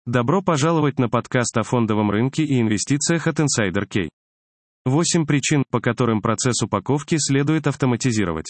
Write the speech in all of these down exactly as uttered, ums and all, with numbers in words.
Добро пожаловать на подкаст о фондовом рынке и инвестициях от Insider Key. восемь причин, по которым процесс упаковки следует автоматизировать.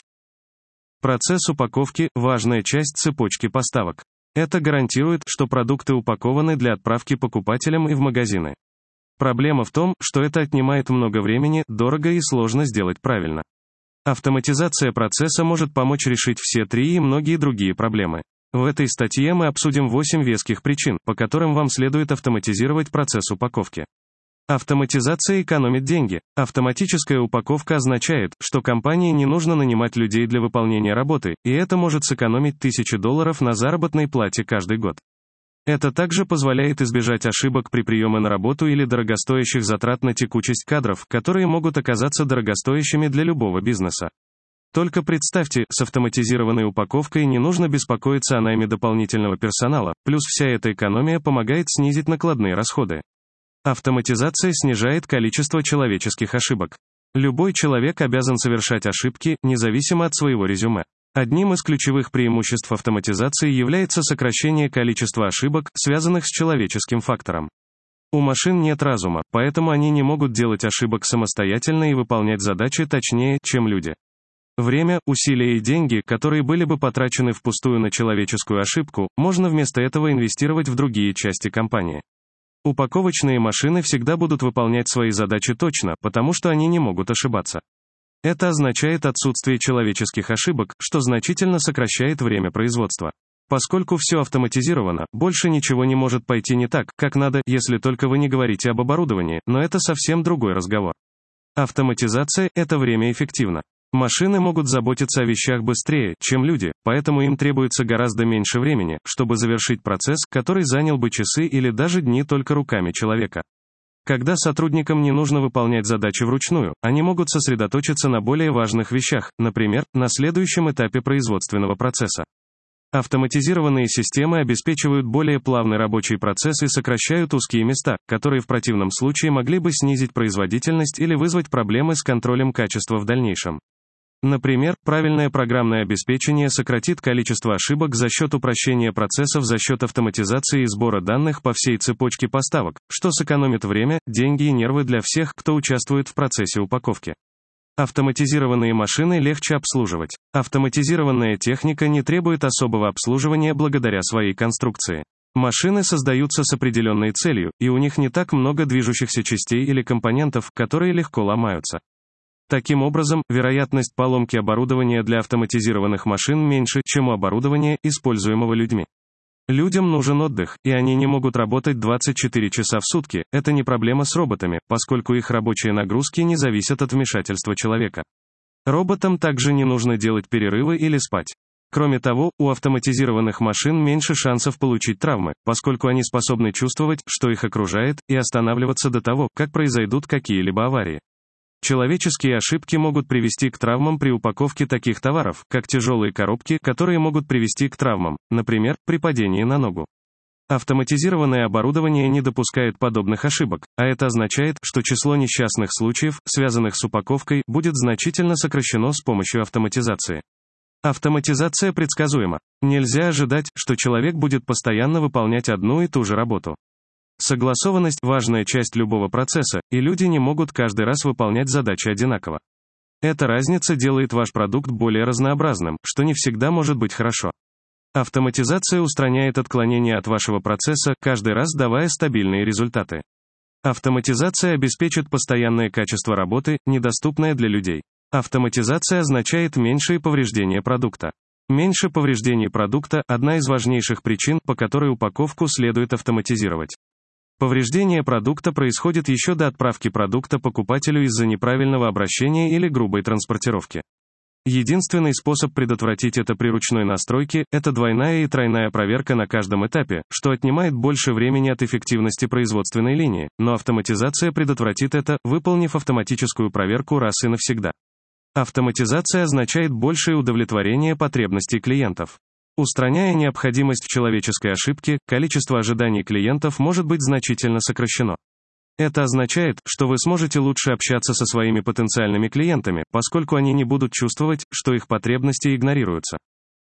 Процесс упаковки – важная часть цепочки поставок. Это гарантирует, что продукты упакованы для отправки покупателям и в магазины. Проблема в том, что это отнимает много времени, дорого и сложно сделать правильно. Автоматизация процесса может помочь решить все три и многие другие проблемы. В этой статье мы обсудим восемь веских причин, по которым вам следует автоматизировать процесс упаковки. Автоматизация экономит деньги. Автоматическая упаковка означает, что компании не нужно нанимать людей для выполнения работы, и это может сэкономить тысячи долларов на заработной плате каждый год. Это также позволяет избежать ошибок при приеме на работу или дорогостоящих затрат на текучесть кадров, которые могут оказаться дорогостоящими для любого бизнеса. Только представьте, с автоматизированной упаковкой не нужно беспокоиться о найме дополнительного персонала, плюс вся эта экономия помогает снизить накладные расходы. Автоматизация снижает количество человеческих ошибок. Любой человек обязан совершать ошибки, независимо от своего резюме. Одним из ключевых преимуществ автоматизации является сокращение количества ошибок, связанных с человеческим фактором. У машин нет разума, поэтому они не могут делать ошибок самостоятельно и выполнять задачи точнее, чем люди. Время, усилия и деньги, которые были бы потрачены впустую на человеческую ошибку, можно вместо этого инвестировать в другие части компании. Упаковочные машины всегда будут выполнять свои задачи точно, потому что они не могут ошибаться. Это означает отсутствие человеческих ошибок, что значительно сокращает время производства. Поскольку все автоматизировано, больше ничего не может пойти не так, как надо, если только вы не говорите об оборудовании, но это совсем другой разговор. Автоматизация – это времяэффективно. Машины могут заботиться о вещах быстрее, чем люди, поэтому им требуется гораздо меньше времени, чтобы завершить процесс, который занял бы часы или даже дни только руками человека. Когда сотрудникам не нужно выполнять задачи вручную, они могут сосредоточиться на более важных вещах, например, на следующем этапе производственного процесса. Автоматизированные системы обеспечивают более плавный рабочий процесс и сокращают узкие места, которые в противном случае могли бы снизить производительность или вызвать проблемы с контролем качества в дальнейшем. Например, правильное программное обеспечение сократит количество ошибок за счет упрощения процессов за счет автоматизации и сбора данных по всей цепочке поставок, что сэкономит время, деньги и нервы для всех, кто участвует в процессе упаковки. Автоматизированные машины легче обслуживать. Автоматизированная техника не требует особого обслуживания благодаря своей конструкции. Машины создаются с определенной целью, и у них не так много движущихся частей или компонентов, которые легко ломаются. Таким образом, вероятность поломки оборудования для автоматизированных машин меньше, чем у оборудования, используемого людьми. Людям нужен отдых, и они не могут работать двадцать четыре часа в сутки, это не проблема с роботами, поскольку их рабочие нагрузки не зависят от вмешательства человека. Роботам также не нужно делать перерывы или спать. Кроме того, у автоматизированных машин меньше шансов получить травмы, поскольку они способны чувствовать, что их окружает, и останавливаться до того, как произойдут какие-либо аварии. Человеческие ошибки могут привести к травмам при упаковке таких товаров, как тяжелые коробки, которые могут привести к травмам, например, при падении на ногу. Автоматизированное оборудование не допускает подобных ошибок, а это означает, что число несчастных случаев, связанных с упаковкой, будет значительно сокращено с помощью автоматизации. Автоматизация предсказуема. Нельзя ожидать, что человек будет постоянно выполнять одну и ту же работу. Согласованность – важная часть любого процесса, и люди не могут каждый раз выполнять задачи одинаково. Эта разница делает ваш продукт более разнообразным, что не всегда может быть хорошо. Автоматизация устраняет отклонения от вашего процесса, каждый раз давая стабильные результаты. Автоматизация обеспечит постоянное качество работы, недоступное для людей. Автоматизация означает меньшие повреждения продукта. Меньше повреждений продукта – одна из важнейших причин, по которой упаковку следует автоматизировать. Повреждение продукта происходит еще до отправки продукта покупателю из-за неправильного обращения или грубой транспортировки. Единственный способ предотвратить это при ручной настройке – это двойная и тройная проверка на каждом этапе, что отнимает больше времени от эффективности производственной линии, но автоматизация предотвратит это, выполнив автоматическую проверку раз и навсегда. Автоматизация означает большее удовлетворение потребностей клиентов. Устраняя необходимость в человеческой ошибке, количество ожиданий клиентов может быть значительно сокращено. Это означает, что вы сможете лучше общаться со своими потенциальными клиентами, поскольку они не будут чувствовать, что их потребности игнорируются.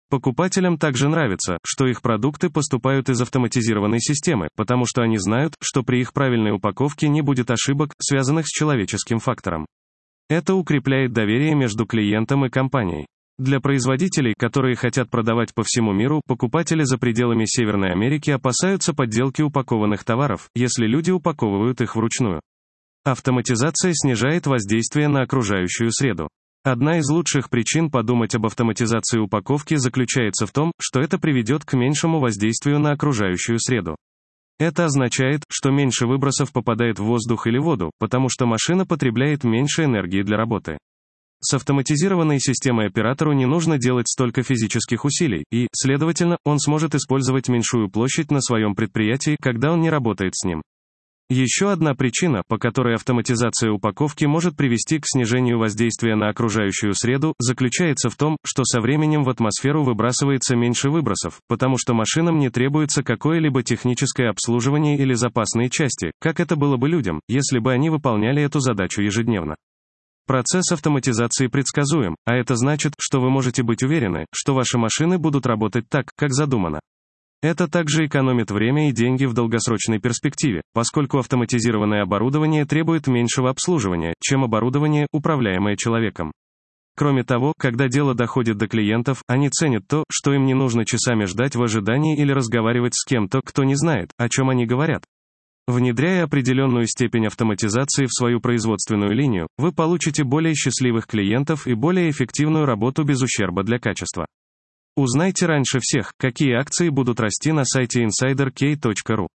Покупателям также нравится, что их продукты поступают из автоматизированной системы, потому что они знают, что при их правильной упаковке не будет ошибок, связанных с человеческим фактором. Это укрепляет доверие между клиентом и компанией. Для производителей, которые хотят продавать по всему миру, покупатели за пределами Северной Америки опасаются подделки упакованных товаров, если люди упаковывают их вручную. Автоматизация снижает воздействие на окружающую среду. Одна из лучших причин подумать об автоматизации упаковки заключается в том, что это приведет к меньшему воздействию на окружающую среду. Это означает, что меньше выбросов попадает в воздух или воду, потому что машина потребляет меньше энергии для работы. С автоматизированной системой оператору не нужно делать столько физических усилий, и, следовательно, он сможет использовать меньшую площадь на своем предприятии, когда он не работает с ним. Еще одна причина, по которой автоматизация упаковки может привести к снижению воздействия на окружающую среду, заключается в том, что со временем в атмосферу выбрасывается меньше выбросов, потому что машинам не требуется какое-либо техническое обслуживание или запасные части, как это было бы людям, если бы они выполняли эту задачу ежедневно. Процесс автоматизации предсказуем, а это значит, что вы можете быть уверены, что ваши машины будут работать так, как задумано. Это также экономит время и деньги в долгосрочной перспективе, поскольку автоматизированное оборудование требует меньшего обслуживания, чем оборудование, управляемое человеком. Кроме того, когда дело доходит до клиентов, они ценят то, что им не нужно часами ждать в ожидании или разговаривать с кем-то, кто не знает, о чем они говорят. Внедряя определенную степень автоматизации в свою производственную линию, вы получите более счастливых клиентов и более эффективную работу без ущерба для качества. Узнайте раньше всех, какие акции будут расти на сайте инсайдер кей точка ру.